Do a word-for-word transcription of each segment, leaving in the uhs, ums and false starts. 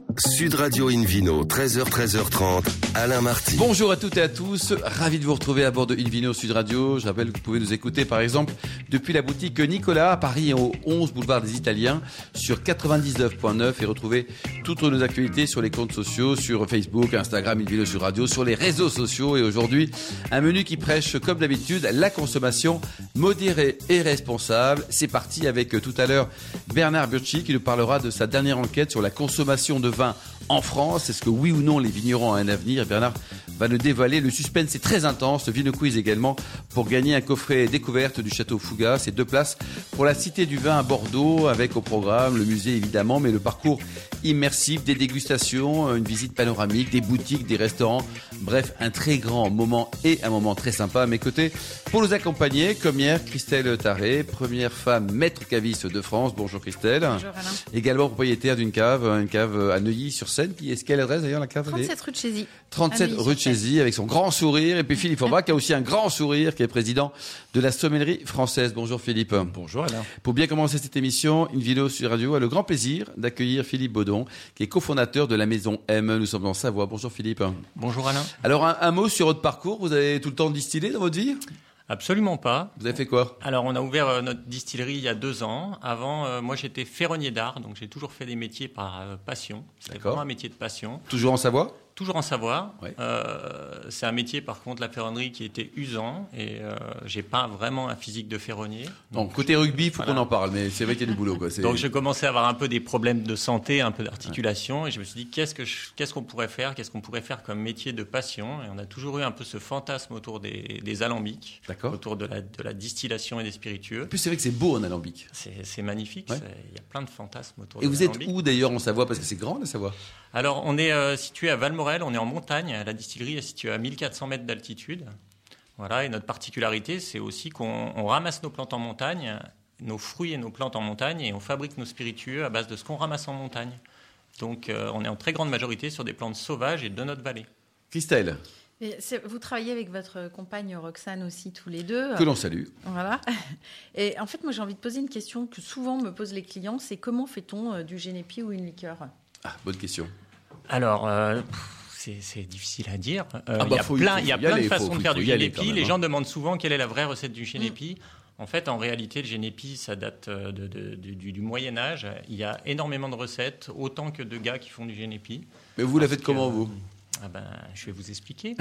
Sud Radio Invino, treize heures, treize heures trente, Alain Marty. Bonjour à toutes et à tous, ravi de vous retrouver à bord de Invino Sud Radio. Je rappelle que vous pouvez nous écouter par exemple depuis la boutique Nicolas à Paris au onze boulevard des Italiens sur quatre-vingt-dix-neuf virgule neuf et retrouver toutes nos actualités sur les comptes sociaux, sur Facebook, Instagram, Invino Sud Radio, sur les réseaux sociaux. Et aujourd'hui, un menu qui prêche comme d'habitude la consommation modérée et responsable. C'est parti avec tout à l'heure Bernard Burchi qui nous parlera de sa dernière enquête sur la consommation de vin en France. Est-ce que oui ou non les vignerons ont un avenir? Bernard va nous dévoiler. Le suspense est très intense. Le Vino Quiz également pour gagner un coffret découverte du Château Fougas. C'est deux places pour la Cité du Vin à Bordeaux avec au programme le musée évidemment, mais le parcours immersif, des dégustations, une visite panoramique, des boutiques, des restaurants. Bref, un très grand moment et un moment très sympa à mes côtés. Pour nous accompagner, comme hier, Christelle Tarré, première femme maître caviste de France. Bonjour Christelle. Bonjour Alain. Également propriétaire d'une cave, une cave à Neuilly-sur-Seine. Est-ce quelle adresse d'ailleurs la cave? trente-sept rue de Chézy. trente-sept rue de Chézy avec son grand sourire. Et puis Philippe Forbach qui a aussi un grand sourire, qui est président de la sommellerie française. Bonjour Philippe. Bonjour Alain. Pour bien commencer cette émission, Invino Sud Radio a le grand plaisir d'accueillir Philippe Baudon, qui est cofondateur de la Maison M. Nous sommes en Savoie. Bonjour Philippe. Bonjour Alain. Alors un, un mot sur votre parcours. Vous avez tout le temps distillé dans votre vie? Absolument pas. Vous avez fait quoi? Alors, on a ouvert euh, notre distillerie il y a deux ans. Avant, euh, moi, j'étais ferronnier d'art, donc j'ai toujours fait des métiers par euh, passion. C'était D'accord. vraiment un métier de passion. Toujours en Savoie? Toujours en Savoie. Ouais. Euh, c'est un métier, par contre, la ferronnerie qui était usant et euh, j'ai pas vraiment un physique de ferronnier. Donc, Donc, côté rugby, il faut voilà. qu'on en parle, mais c'est vrai qu'il y a du boulot, quoi. C'est... Donc, je commençais à avoir un peu des problèmes de santé, un peu d'articulation, et je me suis dit qu'est-ce que je, qu'est-ce qu'on pourrait faire, qu'est-ce qu'on pourrait faire comme métier de passion. Et on a toujours eu un peu ce fantasme autour des, des alambics, D'accord. autour de la, de la distillation et des spiritueux. En plus, c'est vrai que c'est beau en alambic. C'est, c'est magnifique. Ouais. C'est- Il y a plein de fantasmes autour Et de vous êtes l'alambic. où d'ailleurs en Savoie? Parce que c'est grand la Savoie. Alors, on est euh, situé à Valmorel, on est en montagne. La distillerie est située à mille quatre cents mètres d'altitude. Voilà, et notre particularité, c'est aussi qu'on on ramasse nos plantes en montagne, nos fruits et nos plantes en montagne, et on fabrique nos spiritueux à base de ce qu'on ramasse en montagne. Donc, euh, on est en très grande majorité sur des plantes sauvages et de notre vallée. Christelle, Et c'est- Vous travaillez avec votre compagne Roxane aussi, tous les deux. que l'on salue. Voilà. Et en fait, moi, j'ai envie de poser une question que souvent me posent les clients, c'est comment fait-on euh, du génépi ou une liqueur? Ah, bonne question. Alors, euh, pff, c'est, c'est difficile à dire. Euh, Ah bah, il y a faut y- plein, faut il y a y plein aller, de faut- façons faut- de faire faut du y aller génépi. quand même, Les hein. gens demandent souvent quelle est la vraie recette du génépi. En fait, en réalité, le génépi, ça date euh, de, de- de- du, du Moyen Âge. Il y a énormément de recettes, autant que de gars qui font du génépi. Mais vous la Parce faites comment, que, vous? Ah ben, je vais vous expliquer.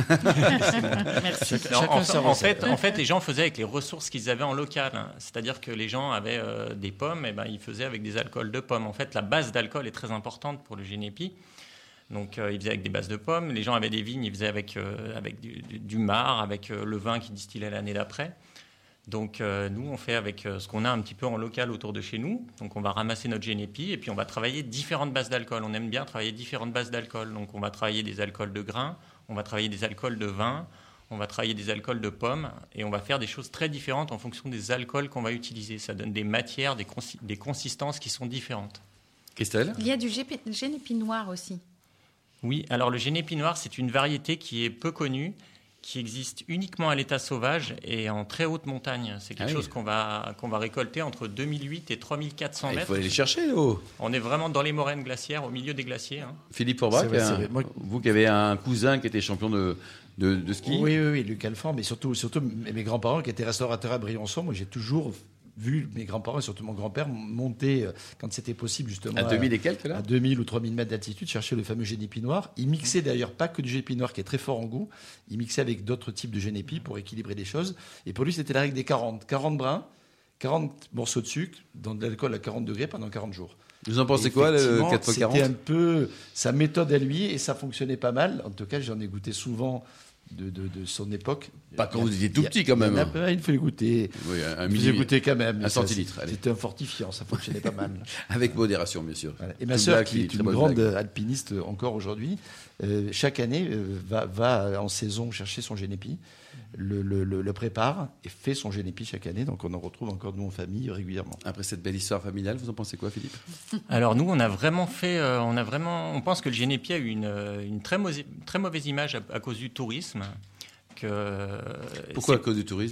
Merci. Non, Chacun en, sa en recette. fait, en fait, les gens faisaient avec les ressources qu'ils avaient en local. hein. C'est-à-dire que les gens avaient euh, des pommes, et ben, ils faisaient avec des alcools de pommes. En fait, la base d'alcool est très importante pour le génépi. Donc, euh, ils faisaient avec des bases de pommes. Les gens avaient des vignes, ils faisaient avec, euh, avec du, du, du marc, avec euh, le vin qu'ils distillaient l'année d'après. Donc, euh, nous, on fait avec euh, ce qu'on a un petit peu en local autour de chez nous. Donc, on va ramasser notre génépi et puis on va travailler différentes bases d'alcool. On aime bien travailler différentes bases d'alcool. Donc, on va travailler des alcools de grains, on va travailler des alcools de vin, on va travailler des alcools de pommes et on va faire des choses très différentes en fonction des alcools qu'on va utiliser. Ça donne des matières, des, consi- des consistances qui sont différentes. Christelle? Il y a du gé- génépi noir aussi. Oui, alors le génépi noir, c'est une variété qui est peu connue, qui existe uniquement à l'état sauvage et en très haute montagne. C'est quelque Ah oui. chose qu'on va, qu'on va récolter entre deux mille huit et trois mille quatre cents Ah, il mètres. faut aller les chercher, oh. On est vraiment dans les moraines glaciaires, au milieu des glaciers. hein. Philippe Forbach, C'est vrai, c'est hein, vrai. Moi- vous qui avez un cousin qui était champion de, de, de ski. Oui, oui, oui, Luc Alphand, mais surtout, surtout mes mes grands-parents qui étaient restaurateurs à Briançon. Moi, j'ai toujours vu mes grands-parents, et surtout mon grand-père, monter, euh, quand c'était possible, justement, À deux mille et quelques, là? à deux mille ou trois mille mètres d'altitude, chercher le fameux génépi noir. Il mixait d'ailleurs pas que du génépi noir qui est très fort en goût, il mixait avec d'autres types de génépi pour équilibrer les choses. Et pour lui, c'était la règle des quarante. quarante brins, quarante morceaux de sucre, dans de l'alcool à quarante degrés pendant quarante jours. Vous en pensez Et quoi, le effectivement, quatre fois quarante? C'était un peu sa méthode à lui et ça fonctionnait pas mal. En tout cas, j'en ai goûté souvent de, de, de son époque. Pas quand vous étiez tout Il y a- petit, quand même. Il y en a pas, il faut les goûter. Oui, un, un Il faisait milli- goûter quand même. un Ça, centilitre, c'est- allez. C'était un fortifiant, ça fonctionnait pas mal. Avec modération, bien sûr. Voilà. Et ma Toute sœur, blague, qui Philippe, est très une bonne grande blague. alpiniste encore aujourd'hui, euh, chaque année euh, va, va en saison chercher son génépi, le, le, le- le prépare et fait son génépi chaque année. Donc on en retrouve encore nous en famille régulièrement. Après cette belle histoire familiale, vous en pensez quoi, Philippe? Alors nous, on a vraiment fait, euh, on a vraiment, on pense que le génépi a eu une, euh, une très, mauvais- très mauvaise image à, à cause du tourisme. Que, Pourquoi à c'est- cause du tourisme?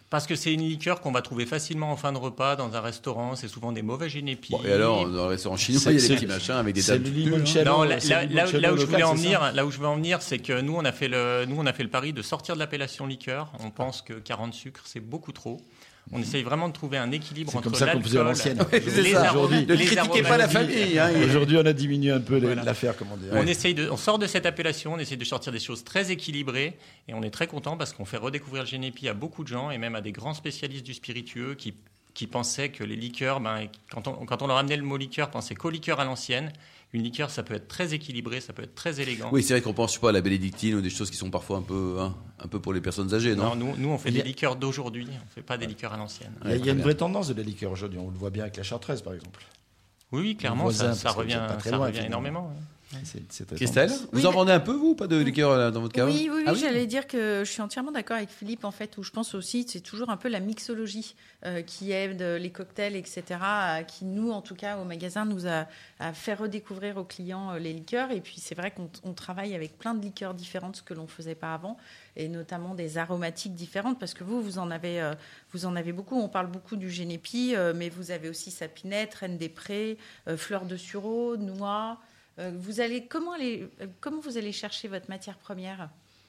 Parce que c'est une liqueur qu'on va trouver facilement en fin de repas dans un restaurant. C'est souvent des mauvais génépi. Bon, et alors, dans le restaurant chinois, il y a des petits machins avec des c'est dates. le limoncello. Non, là, c'est là, le là, limoncello là où je voulais local, en c'est venir, ça là où je veux en venir, c'est que nous on a fait le, nous on a fait le pari de sortir de l'appellation liqueur. On pense que quarante sucres c'est beaucoup trop. On essaye vraiment de trouver un équilibre C'est entre comme ça qu'on faisait à l'alcool, l'ancienne. Ouais, c'est les ça. arômes, Ne les critiquez arômes pas la acides. famille. Hein. Aujourd'hui, on a diminué un peu Voilà. l'affaire, comment dire. On essaye de, on sort de cette appellation, on essaye de sortir des choses très équilibrées et on est très content parce qu'on fait redécouvrir le génépi à beaucoup de gens et même à des grands spécialistes du spiritueux qui qui pensaient que les liqueurs, ben, quand, on, quand on leur amenait le mot liqueur, pensaient qu'aux liqueurs à l'ancienne. Une liqueur, ça peut être très équilibré, ça peut être très élégant. Oui, c'est vrai qu'on pense je sais pas à la bénédictine ou des choses qui sont parfois un peu, hein, un peu pour les personnes âgées, non, Non, nous, nous, on fait Il y a- des liqueurs d'aujourd'hui, on ne fait pas des liqueurs à l'ancienne. Il y a, il y a très une bien. vraie tendance de la liqueur aujourd'hui. On le voit bien avec la chartreuse, par exemple. Oui, oui, clairement, voisin, ça, ça parce que vous revient, êtes pas très ça loin, revient finalement. énormément. ouais. C'est- c'est très Christelle, tendance. vous Oui, en mais- vendez un peu, vous, ou pas de liqueur là, dans votre cave? Oui, oui, oui, Ah j'allais dire que je suis entièrement d'accord avec Philippe, en fait, où je pense aussi que c'est toujours un peu la mixologie euh, qui aide les cocktails, et cetera, euh, qui, nous, en tout cas, au magasin, nous a, a fait redécouvrir aux clients euh, les liqueurs. Et puis, c'est vrai qu'on on travaille avec plein de liqueurs différentes, ce que l'on ne faisait pas avant, et notamment des aromatiques différentes, parce que vous, vous en avez, euh, vous en avez beaucoup. On parle beaucoup du génépi, euh, mais vous avez aussi sapinette, reine des prés, euh, fleur de sureau, noix. Euh, vous allez, comment, aller, euh, comment vous allez chercher votre matière première?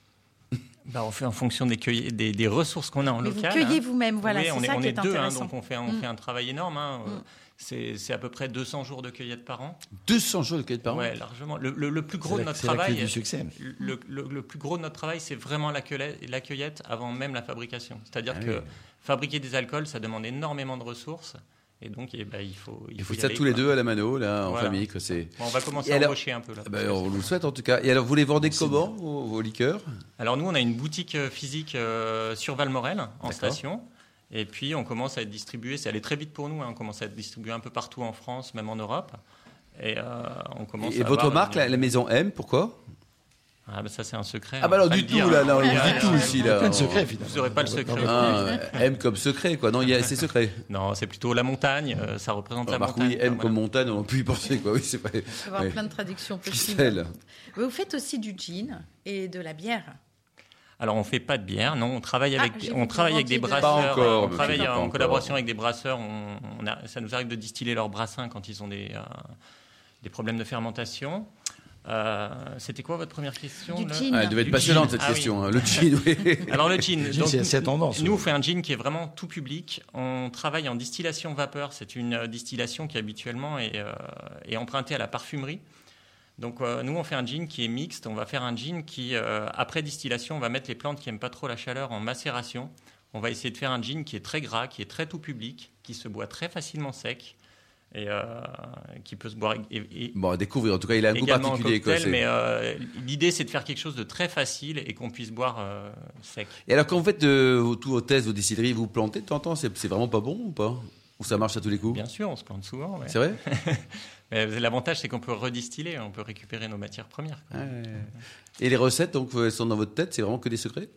Bah, on fait en fonction des, cueille- des, des ressources qu'on a en Mais vous local. cueillez hein. vous-même, voilà, Oui, c'est on est, ça on qui est est deux, hein, intéressant. donc on fait, on Mm. fait un travail énorme. hein. Mm. C'est c'est à peu près deux cents jours de cueillette par an. deux cents jours de cueillette par an. Ouais, largement. Le, le- le plus gros C'est de la- notre c'est la clé travail, du succès. le, le- le plus gros de notre travail, c'est vraiment la cueillette, la cueillette avant même la fabrication. C'est-à-dire Ah que oui. fabriquer des alcools, ça demande énormément de ressources. Et donc, eh ben, il faut. Il Il faut y ça aller, tous les quoi. deux à la mano, là, en Voilà. famille. Que c'est... Bon, on va commencer Et à alors- embaucher un peu là. Ah ben, on nous le souhaite en tout cas. Et alors, vous les vendez comment, vos, vos liqueurs? Alors nous, on a une boutique euh, physique euh, sur Valmorel, en D'accord. station. Et puis, on commence à être distribué. C'est allé très vite pour nous. hein. On commence à être distribué un peu partout en France, même en Europe. Et euh, on commence Et à votre avoir marque, une- la, la maison M, pourquoi? Ah, ben ça, c'est un secret. Ah on bah va alors pas du le tout, dire, là, hein. non, Il y du a- tout ici, là. Plein de On- secrets, finalement. Vous n'aurez pas le secret. Ah, M comme secret, quoi. Non, il y a, c'est secret. Non, c'est plutôt la montagne. euh, ça représente la Remarque, montagne. oui, M Enfin, comme voilà. montagne, on peut y penser, quoi. Oui, c'est pas. Il va y avoir Ouais. plein de traductions possibles. Christelle. Vous faites aussi du gin et de la bière. Alors, on fait pas de bière. Non, on travaille Ah, avec, j'ai vu on que travaille vous avec des vendiez de la- brasseurs. Pas encore, on mais travaille pas en encore. collaboration avec des brasseurs. On, on a, ça nous arrive de distiller leurs brassins quand ils ont des, euh, des problèmes de fermentation. Euh, C'était quoi votre première question Du là gin. Ah, elle devait être Du passionnante, gin. cette Ah oui. question. hein. Le gin, oui. Alors le gin, gin, donc, c'est- c'est la tendance. Nous, on fait un gin qui est vraiment tout public. On travaille en distillation vapeur. C'est une euh, distillation qui habituellement est, euh, est empruntée à la parfumerie. Donc euh, nous, on fait un gin qui est mixte. On va faire un gin qui, euh, après distillation, on va mettre les plantes qui n'aiment pas trop la chaleur en macération. On va essayer de faire un gin qui est très gras, qui est très tout public, qui se boit très facilement sec et euh, qui peut se boire et, et- Bon, à découvrir. En tout cas, il a un goût également en particulier, quoi. cocktail. c'est- Mais euh, l'idée, c'est de faire quelque chose de très facile et qu'on puisse boire euh, sec. Et alors, quand vous faites euh, vos- tous vos tests, vos distilleries, vous plantez de temps en temps, c'est, c'est vraiment pas bon ou pas? Ou ça marche à tous les coups? Bien sûr, on se plante souvent. ouais. C'est vrai? Mais l'avantage, c'est qu'on peut redistiller, on peut récupérer nos matières premières. quoi. Ouais. Et les recettes, donc, elles sont dans votre tête, c'est vraiment que des secrets?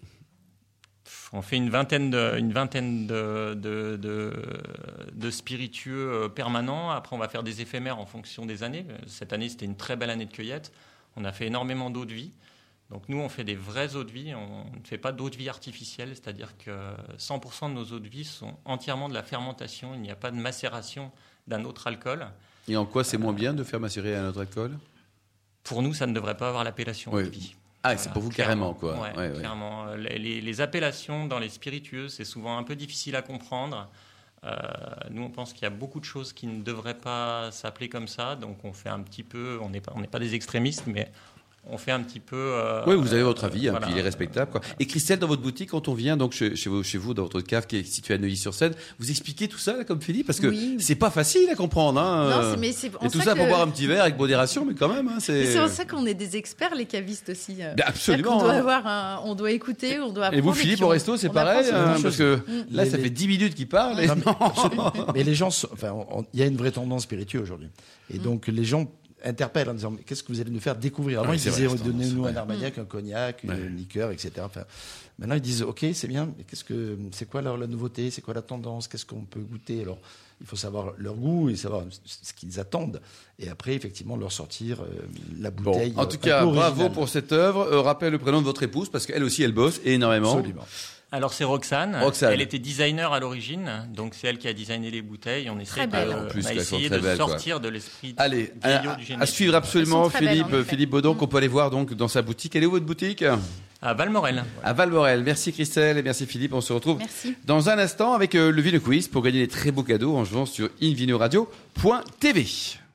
On fait une vingtaine de, une vingtaine de, de, de, de spiritueux euh, permanents. Après, on va faire des éphémères en fonction des années. Cette année, c'était une très belle année de cueillette. On a fait énormément d'eau de vie. Donc nous, on fait des vraies eaux de vie. On ne fait pas d'eau de vie artificielle, c'est-à-dire que cent pour cent de nos eaux de vie sont entièrement de la fermentation. Il n'y a pas de macération d'un autre alcool. Et en quoi c'est moins bien de faire macérer un autre alcool? Pour nous, ça ne devrait pas avoir l'appellation Oui. eau de vie. Ah, c'est pour vous carrément, quoi. Ouais, Ouais, ouais. clairement. Euh, Les, les- les appellations dans les spiritueux, c'est souvent un peu difficile à comprendre. Euh, nous, on pense qu'il y a beaucoup de choses qui ne devraient pas s'appeler comme ça, donc on fait un petit peu. On n'est pas, on n'est pas des extrémistes, mais on fait un petit peu. euh, Oui, vous avez votre avis, hein, voilà. puis il est respectable, quoi. Et Christelle, dans votre boutique, quand on vient donc chez, chez, vous, chez vous, dans votre cave qui est située à Neuilly-sur-Seine, vous expliquez tout ça, là, comme Philippe, parce que Oui. c'est pas facile à comprendre. Hein, Non, euh, c'est- mais c'est en et tout ça ça pour que- boire un petit verre avec modération, mais quand même, hein, Mais c'est. c'est pour ça qu'on est des experts, les cavistes aussi. euh. Ben, absolument. On doit, hein. avoir un- on doit écouter, on doit apprendre. Et vous, puis Philippe, on- au resto, c'est on pareil, apprend hein, sur- parce que Mm. là, Les- ça les- fait dix minutes qu'il parle. et- Non, mais, mais les gens, sont- enfin, on- on- il y a une vraie tendance spirituelle aujourd'hui. Et donc, les gens interpellent en disant mais qu'est-ce que vous allez nous faire découvrir? Avant, Ouais, ils c'est disaient vrai, cette donnez-nous tendance, un armagnac, un cognac, une Ouais. liqueur, et cetera. Enfin, maintenant, ils disent ok, c'est bien, mais qu'est-ce que c'est quoi alors la nouveauté? C'est quoi la tendance? Qu'est-ce qu'on peut goûter? Alors, il faut savoir leur goût et savoir ce qu'ils attendent. Et après, effectivement, leur sortir euh, la Bon, bouteille. en tout euh, un cas, peu bravo originale. pour cette œuvre. Euh, rappelle le prénom de votre épouse, parce qu'elle aussi, elle bosse énormément. Absolument. Alors c'est Roxane. Roxane. Elle était designer à l'origine, donc c'est elle qui a designé les bouteilles. On essaie de, belle. En plus, on a elles sont essayé très de belles, sortir quoi. de l'esprit Allez, vieillot à, du à génétique. suivre absolument Elles sont très belles, Philippe, en effet. Philippe Baudon, qu'on peut aller voir donc dans sa boutique. Elle est où votre boutique? À Valmorel. À Valmorel. Merci Christelle et merci Philippe. On se retrouve Merci. dans un instant avec euh, le Vino Quiz pour gagner des très beaux cadeaux en jouant sur invinoradio point t v.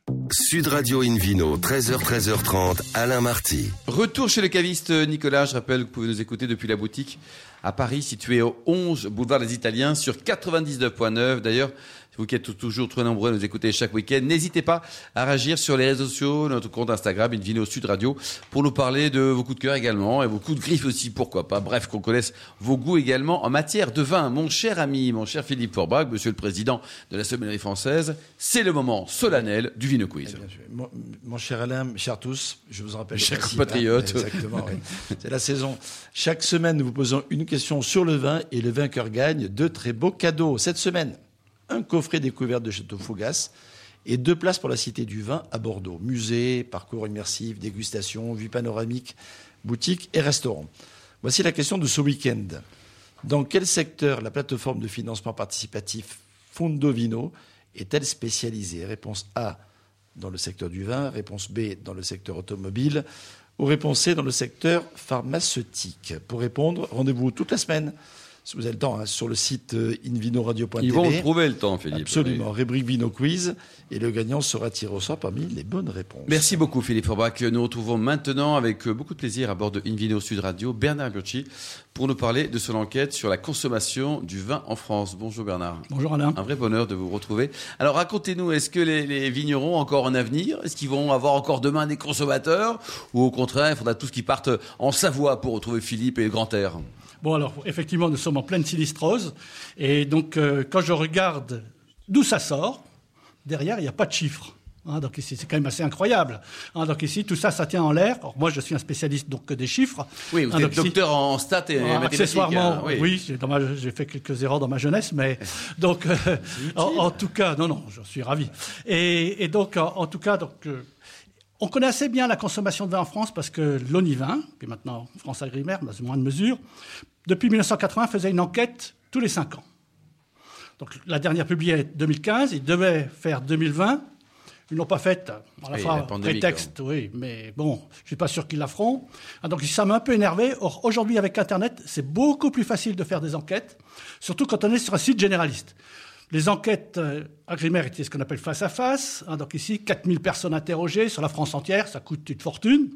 Sud Radio Invino, treize heures, treize heures trente, Alain Marty. Retour chez le caviste Nicolas. Je rappelle que vous pouvez nous écouter depuis la boutique à Paris, située au onze boulevard des Italiens, sur quatre-vingt-dix-neuf point neuf. D'ailleurs, vous qui êtes toujours très nombreux à nous écouter chaque week-end, n'hésitez pas à réagir sur les réseaux sociaux, notre compte Instagram, Invino Sud Radio, pour nous parler de vos coups de cœur également, et vos coups de griffe aussi, pourquoi pas. Bref, qu'on connaisse vos goûts également en matière de vin. Mon cher ami, mon cher Philippe Forbach, monsieur le président de la Sommellerie française, c'est le moment solennel du Vino Quiz. Eh bien, je- mon, mon cher Alain, chers tous, je vous rappelle. le Chers principe, compatriotes. hein. Exactement, oui. C'est la saison. Chaque semaine, nous vous posons une question sur le vin et le vainqueur gagne deux très beaux cadeaux. Cette semaine, un coffret découverte de Château Fougas et deux places pour la Cité du Vin à Bordeaux. Musée, parcours immersif, dégustation, vue panoramique, boutique et restaurant. Voici la question de ce week-end. Dans quel secteur la plateforme de financement participatif Fondovino est-elle spécialisée? Réponse A, dans le secteur du vin. Réponse B, dans le secteur automobile. Ou réponse C, dans le secteur pharmaceutique. Pour répondre, rendez-vous toute la semaine, si vous avez le temps, hein, sur le site euh, invinoradio point t v. Ils vont le trouver le temps, Philippe. Absolument. Rubrique Vino Quiz. Et le gagnant sera tiré au sort parmi les bonnes réponses. Merci beaucoup Philippe Forbach. Nous retrouvons maintenant avec beaucoup de plaisir à bord de Invino Sud Radio Bernard Burchi pour nous parler de son enquête sur la consommation du vin en France. Bonjour Bernard. Bonjour Alain. Un vrai bonheur de vous retrouver. Alors racontez-nous, est-ce que les, les vignerons ont encore un avenir? Est-ce qu'ils vont avoir encore demain des consommateurs? Ou au contraire, il faudra tous qu'ils partent en Savoie pour retrouver Philippe et le grand air? Bon alors effectivement nous sommes en pleine silistrose et donc euh, quand je regarde d'où ça sort, derrière il n'y a pas de chiffres. Hein, donc ici c'est quand même assez incroyable. Hein, donc ici tout ça ça tient en l'air. Alors, moi je suis un spécialiste donc des chiffres. Oui, vous Hein, êtes donc, ici- docteur en stats et Ah, mathématiques. accessoirement, hein, oui, j'ai, dans ma- j'ai fait quelques erreurs dans ma jeunesse, mais donc euh, en, en tout cas, non, non, je suis ravi. Et, et donc, en, en tout cas, donc, euh, on connaît assez bien la consommation de vin en France parce que l'Onivin, puis maintenant France Agrimaire, dans une moindre mesure, depuis mille neuf cent quatre-vingts faisait une enquête tous les cinq ans. Donc la dernière publiée est deux mille quinze, ils devaient faire deux mille vingt. Ils ne l'ont pas faite, à la Oui, fois la pandémie, prétexte, oui, mais bon, je ne suis pas sûr qu'ils la feront. Ah, donc ça m'a un peu énervé. Or, aujourd'hui, avec Internet, c'est beaucoup plus facile de faire des enquêtes, surtout quand on est sur un site généraliste. Les enquêtes euh, Agrimaire étaient ce qu'on appelle face à face. Hein, donc ici, quatre mille personnes interrogées sur la France entière, ça coûte une fortune.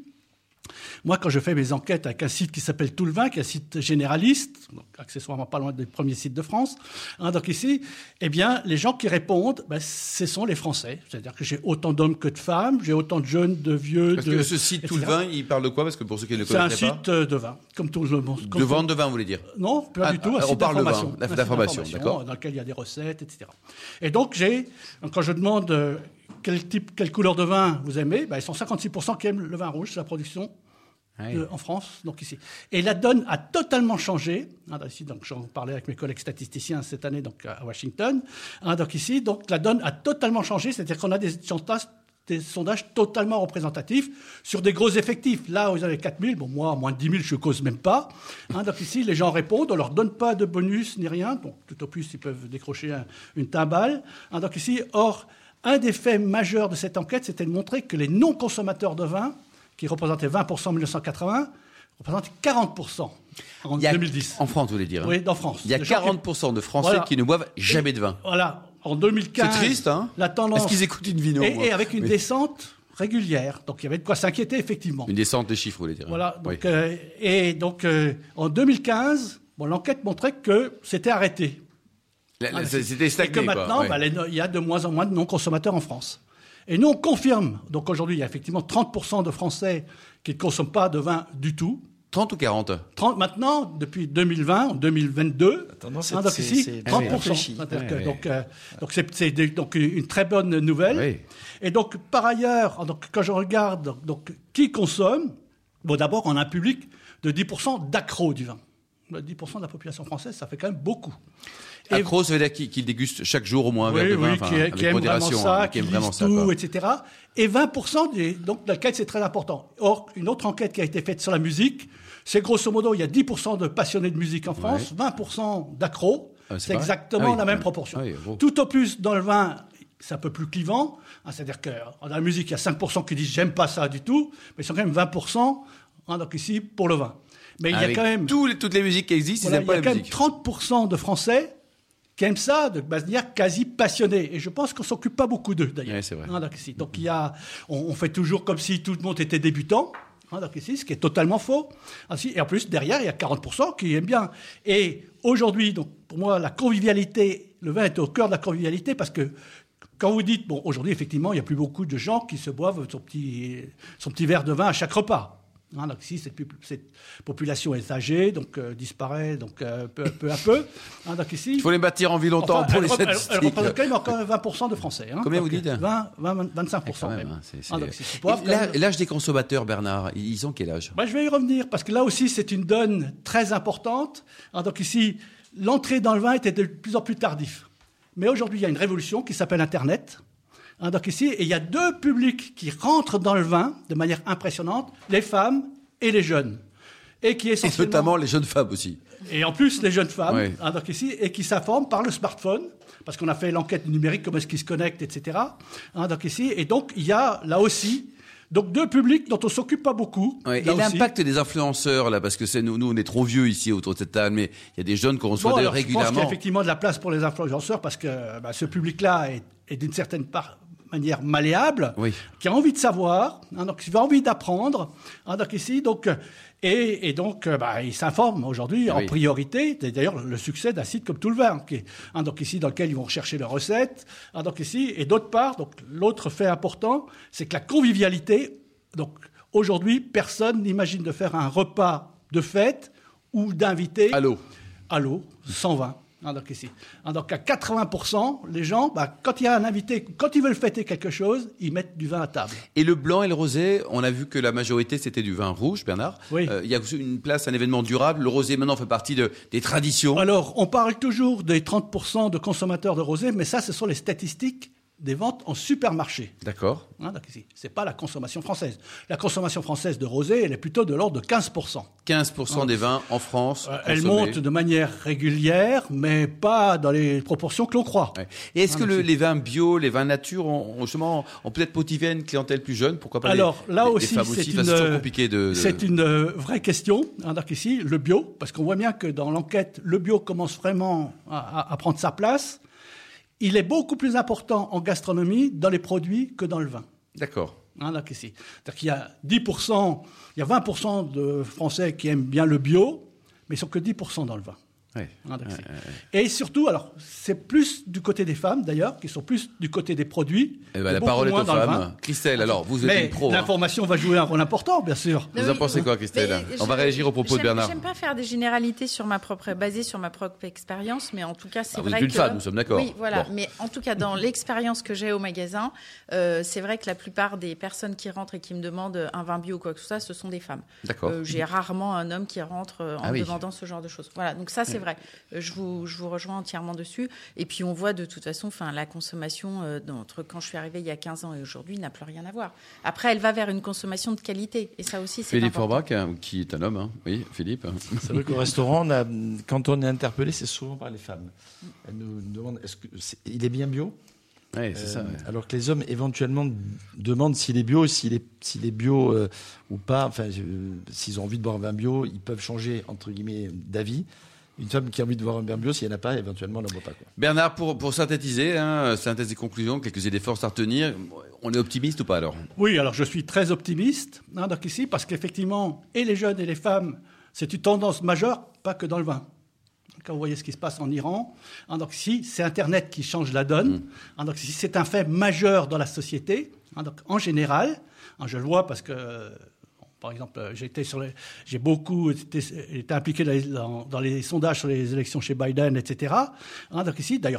Moi, quand je fais mes enquêtes avec un site qui s'appelle Tout le Vin, qui est un site généraliste, donc accessoirement pas loin des premiers sites de France, hein, donc ici, eh bien, les gens qui répondent, ben, ce sont les Français. C'est-à-dire que j'ai autant d'hommes que de femmes, j'ai autant de jeunes, de vieux, Parce de... que ce site Tout le et cetera. Vin, il parle de quoi? Parce que pour ceux qui ne le C'est un connaissent pas. site euh, de vin, comme tout le monde. De vente de vin, vous voulez dire? Non, pas Ah, du tout. Un ah, on site parle de vin, d'information. d'inf- Un site d'information, d'accord. dans lequel il y a des recettes, et cetera. Et donc, j'ai, quand je demande euh, quel type, quelle couleur de vin vous aimez, ben, ils sont cinquante-six pour cent qui aiment le vin rouge, c'est la production Oui. de- en France, donc ici. Et la donne a totalement changé. Hein, ici, donc, j'en parlais avec mes collègues statisticiens cette année donc, à Washington. Hein, donc ici, donc, la donne a totalement changé, c'est-à-dire qu'on a des sondages, des sondages totalement représentatifs sur des gros effectifs. Là, vous avez quatre mille, bon, moi, moins de dix mille, je ne cause même pas. Hein, donc ici, les gens répondent, on ne leur donne pas de bonus ni rien, donc tout au plus, ils peuvent décrocher un- une timbale. Hein, donc ici, or, un des faits majeurs de cette enquête, c'était de montrer que les non-consommateurs de vin, qui représentaient vingt pour cent en mille neuf cent quatre-vingts, représentaient quarante pour cent en Il y a- deux mille dix. En France, vous voulez dire? hein? Oui, en France. Il y a Les gens qui- quarante pour cent de Français Voilà. qui ne boivent jamais de vin. Voilà, en deux mille quinze. C'est triste, hein? La tendance. Est-ce qu'ils écoutent une vino? et, moi et avec une Oui. descente régulière. Donc il y avait de quoi s'inquiéter, effectivement. Une descente des chiffres, vous voulez dire? hein? Voilà. Oui. Donc, euh, et donc, euh, en deux mille quinze, bon, l'enquête montrait que c'était arrêté. La- la- Ah, C'était et stagné, que quoi. maintenant, Ouais. bah, les no- il y a de moins en moins de non-consommateurs en France. Et nous, on confirme. Donc aujourd'hui, il y a effectivement trente pour cent de Français qui ne consomment pas de vin du tout. trente ou quarante? trente maintenant, depuis deux mille vingt, en deux mille vingt-deux, La tendance, hein, donc c'est- ici, c'est trente bien pour cent. réfléchi. C'est-à-dire Ouais, que, ouais. Donc, euh, donc c'est, c'est des- donc une très bonne nouvelle. Oui. Et donc, par ailleurs, donc, quand je regarde donc, qui consomme, bon, d'abord, on a un public de dix pour cent d'accros du vin. dix pour cent de la population française, ça fait quand même beaucoup. Et accro, ça veut dire qu'il, qu'il déguste chaque jour au moins un oui, verre de vin, oui, enfin, qui, avec qui aime modération, vraiment ça, hein, qui aime lise vraiment ça, tout, quoi. et cetera. Et vingt pour cent, des, donc l'alcool, c'est très important. Or, une autre enquête qui a été faite sur la musique, c'est grosso modo, il y a dix pour cent de passionnés de musique en France, ouais. vingt pour cent d'accros, ah, c'est, c'est exactement ah, oui, la même ouais. proportion. Ah, oui, tout au plus, dans le vin, c'est un peu plus clivant, hein, c'est-à-dire que dans la musique, il y a cinq pour cent qui disent « j'aime pas ça du tout », mais ils sont quand même vingt pour cent, hein, donc ici, pour le vin. Mais il y a quand même... Tous les, toutes les musiques qui existent, voilà, ils n'aiment pas la musique. Il y a quand même trente pour cent de Français qui aiment ça de manière quasi passionnée. Et je pense qu'on ne s'occupe pas beaucoup d'eux, d'ailleurs. Oui, c'est vrai. Hein, donc, ici. donc il y a, on, on fait toujours comme si tout le monde était débutant, hein, donc, ici, ce qui est totalement faux. Ainsi, et en plus, derrière, il y a quarante pour cent qui aiment bien. Et aujourd'hui, donc, pour moi, la convivialité, le vin est au cœur de la convivialité parce que quand vous dites, bon, aujourd'hui, effectivement, il n'y a plus beaucoup de gens qui se boivent son petit, son petit verre de vin à chaque repas. Hein, donc ici, cette, cette population est âgée, donc euh, disparaît donc, euh, peu, peu à peu. Hein, donc ici, il faut les bâtir en vie longtemps enfin, pour les elle, statistiques. Elle, elle représente quand même encore vingt pour cent de Français. Hein, combien donc, vous dites vingt, vingt, vingt-cinq pour cent même. même. Hein, c'est, c'est... Ah, donc, si l'âge, l'âge des consommateurs, Bernard, ils ont quel âge? Ben, je vais y revenir, parce que là aussi, c'est une donne très importante. Hein, donc ici, l'entrée dans le vin était de plus en plus tardif. Mais aujourd'hui, il y a une révolution qui s'appelle Internet. Hein, donc ici, et il y a deux publics qui rentrent dans le vin de manière impressionnante, les femmes et les jeunes. Et qui essentiellement... Et notamment les jeunes femmes aussi. Et en plus, les jeunes femmes, oui. hein, donc ici, et qui s'informent par le smartphone, parce qu'on a fait l'enquête numérique, comment est-ce qu'ils se connectent, et cetera. Hein, donc ici, et donc, il y a là aussi... Donc deux publics dont on ne s'occupe pas beaucoup. Ouais, et aussi. L'impact des influenceurs, là, parce que c'est, nous, nous, on est trop vieux ici autour de cette table, mais il y a des jeunes qu'on reçoit bon, alors, régulièrement. Je pense qu'il y a effectivement de la place pour les influenceurs, parce que bah, ce public-là est, est d'une certaine part... manière malléable, oui. qui a envie de savoir, hein, donc qui a envie d'apprendre, hein, donc ici, donc et, et donc bah, il s'informe aujourd'hui oui. en priorité. C'est d'ailleurs le succès d'un site comme Tout le Vin, qui est, hein, donc ici dans lequel ils vont rechercher leurs recettes, hein, donc ici et d'autre part, donc l'autre fait important, c'est que la convivialité. Donc aujourd'hui, personne n'imagine de faire un repas de fête ou d'inviter à l'eau, à l'eau, sans vin. Ah, donc, ici. Ah, donc à quatre-vingts pour cent, les gens, bah, quand il y a un invité, quand ils veulent fêter quelque chose, ils mettent du vin à table. Et le blanc et le rosé, on a vu que la majorité c'était du vin rouge, Bernard. Oui. Euh, il y a une place, un événement durable. Le rosé maintenant fait partie de, des traditions. Alors, on parle toujours des trente pour cent de consommateurs de rosé, mais ça, ce sont les statistiques des ventes en supermarché. D'accord. Hein, donc ici. C'est pas la consommation française. La consommation française de rosé, elle est plutôt de l'ordre de quinze pour cent. quinze pour cent hein, des vins en France. Euh, elle monte de manière régulière, mais pas dans les proportions que l'on croit. Ouais. Et est-ce hein, que le, les vins bio, les vins nature, ont, ont justement ont peut-être motivé une clientèle plus jeune? Pourquoi pas? Alors les, là les, aussi, les c'est, aussi une, enfin, c'est compliqué de, de... c'est une vraie question. Hein, donc ici, le bio, parce qu'on voit bien que dans l'enquête, le bio commence vraiment à, à, à prendre sa place. Il est beaucoup plus important en gastronomie dans les produits que dans le vin. D'accord. Hein, donc ici. C'est-à-dire qu'il y a dix pour cent, il y a vingt pour cent de Français qui aiment bien le bio, mais ils ne sont que dix pour cent dans le vin. Ouais. Hein, donc ouais, ici. ouais. Et surtout, alors, c'est plus du côté des femmes d'ailleurs, qui sont plus du côté des produits. Eh ben, la parole est aux femmes. Christelle, alors, vous êtes mais une pro. l'information hein. va jouer un rôle important, bien sûr. Vous oui, en pensez quoi, Christelle? On va réagir au propos de Bernard. J'aime pas faire des généralités sur ma propre, basées sur ma propre expérience, mais en tout cas, c'est ah, vrai vous êtes une que... femme, nous sommes d'accord. Oui, voilà. Bon. Mais en tout cas, dans l'expérience que j'ai au magasin, euh, c'est vrai que la plupart des personnes qui rentrent et qui me demandent un vin bio ou quoi que ce soit, ce sont des femmes. D'accord. Euh, j'ai rarement un homme qui rentre en ah, oui. demandant ce genre de choses. Voilà, donc ça, c'est oui. vrai. Euh, je vous, je vous rejoins entièrement dessus. Et puis, on voit de toute façon, enfin, la consommation euh, entre quand je suis arrivée il y a quinze ans et aujourd'hui n'a plus rien à voir. Après, elle va vers une consommation de qualité. Et ça aussi, c'est Philippe important. Forbach, qui est un homme, hein. Oui, Philippe. C'est vrai qu'au restaurant, on a, quand on est interpellé, c'est souvent par les femmes. Elles nous demandent, est-ce que c'est, il est bien bio? Oui, c'est euh, ça. Ouais. Alors que les hommes, éventuellement, demandent s'il est bio, s'il est, s'il est bio euh, ou pas. Enfin, euh, s'ils ont envie de boire un vin bio, ils peuvent changer, entre guillemets, d'avis. Une femme qui a envie de boire un vin bio, s'il n'y en a pas, éventuellement, elle ne boit pas. Quoi. Bernard, pour, pour synthétiser, hein, synthèse des conclusions, quelques idées forces à retenir, on est optimiste ou pas alors? Oui, alors je suis très optimiste hein, donc ici, parce qu'effectivement, et les jeunes et les femmes, c'est une tendance majeure, pas que dans le vin. Quand vous voyez ce qui se passe en Iran, hein, donc ici, c'est Internet qui change la donne. Mmh. Hein, donc ici, c'est un fait majeur dans la société, hein, donc en général. Hein, je le vois parce que... Par exemple, j'ai, été sur les, j'ai beaucoup été, été impliqué dans les, dans, dans les sondages sur les élections chez Biden, et cetera. Hein, donc ici, d'ailleurs,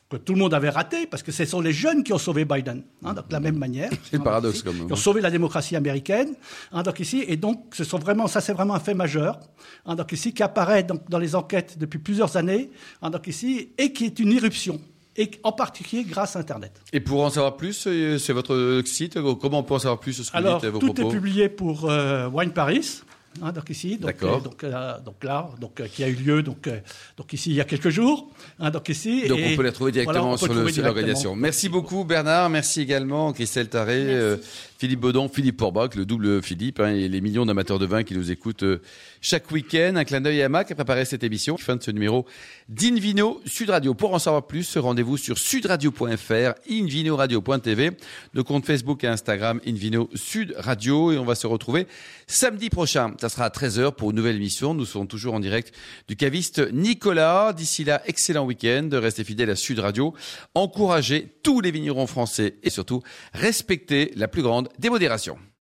que tout le monde avait raté, parce que ce sont les jeunes qui ont sauvé Biden, hein, donc de la même manière. C'est le hein, paradoxe, ici, quand même. Qui ont sauvé la démocratie américaine, hein, donc ici, et donc ce sont vraiment, ça c'est vraiment un fait majeur, hein, donc ici, qui apparaît donc, dans les enquêtes depuis plusieurs années, hein, donc ici, et qui est une irruption, et en particulier grâce à Internet. Et pour en savoir plus, euh, c'est votre site. Comment on peut en savoir plus sur ce que Alors, vous dites, vos tout propos est publié pour euh, Wine Paris. Hein, donc ici, donc, D'accord. euh, donc, euh, donc là, donc euh, qui a eu lieu donc euh, donc ici il y a quelques jours. Hein, donc ici. Donc et, on peut les retrouver directement voilà, on peut sur, le, trouver sur l'organisation. directement. Merci beaucoup Bernard, merci également Christelle Taré, Merci. euh, Philippe Baudon, Philippe Forbach, le double Philippe, hein, et les millions d'amateurs de vin qui nous écoutent euh, chaque week-end. Un clin d'œil à Mac qui a préparé cette émission. Fin de ce numéro d'Invino Sud Radio. Pour en savoir plus, rendez-vous sur sudradio point f r, invinoradio point t v, nos comptes Facebook et Instagram Invino Sud Radio, et on va se retrouver samedi prochain. Ça sera à treize heures pour une nouvelle émission. Nous serons toujours en direct du caviste Nicolas. D'ici là, excellent week-end. Restez fidèles à Sud Radio. Encouragez tous les vignerons français et surtout respectez la plus grande démodération.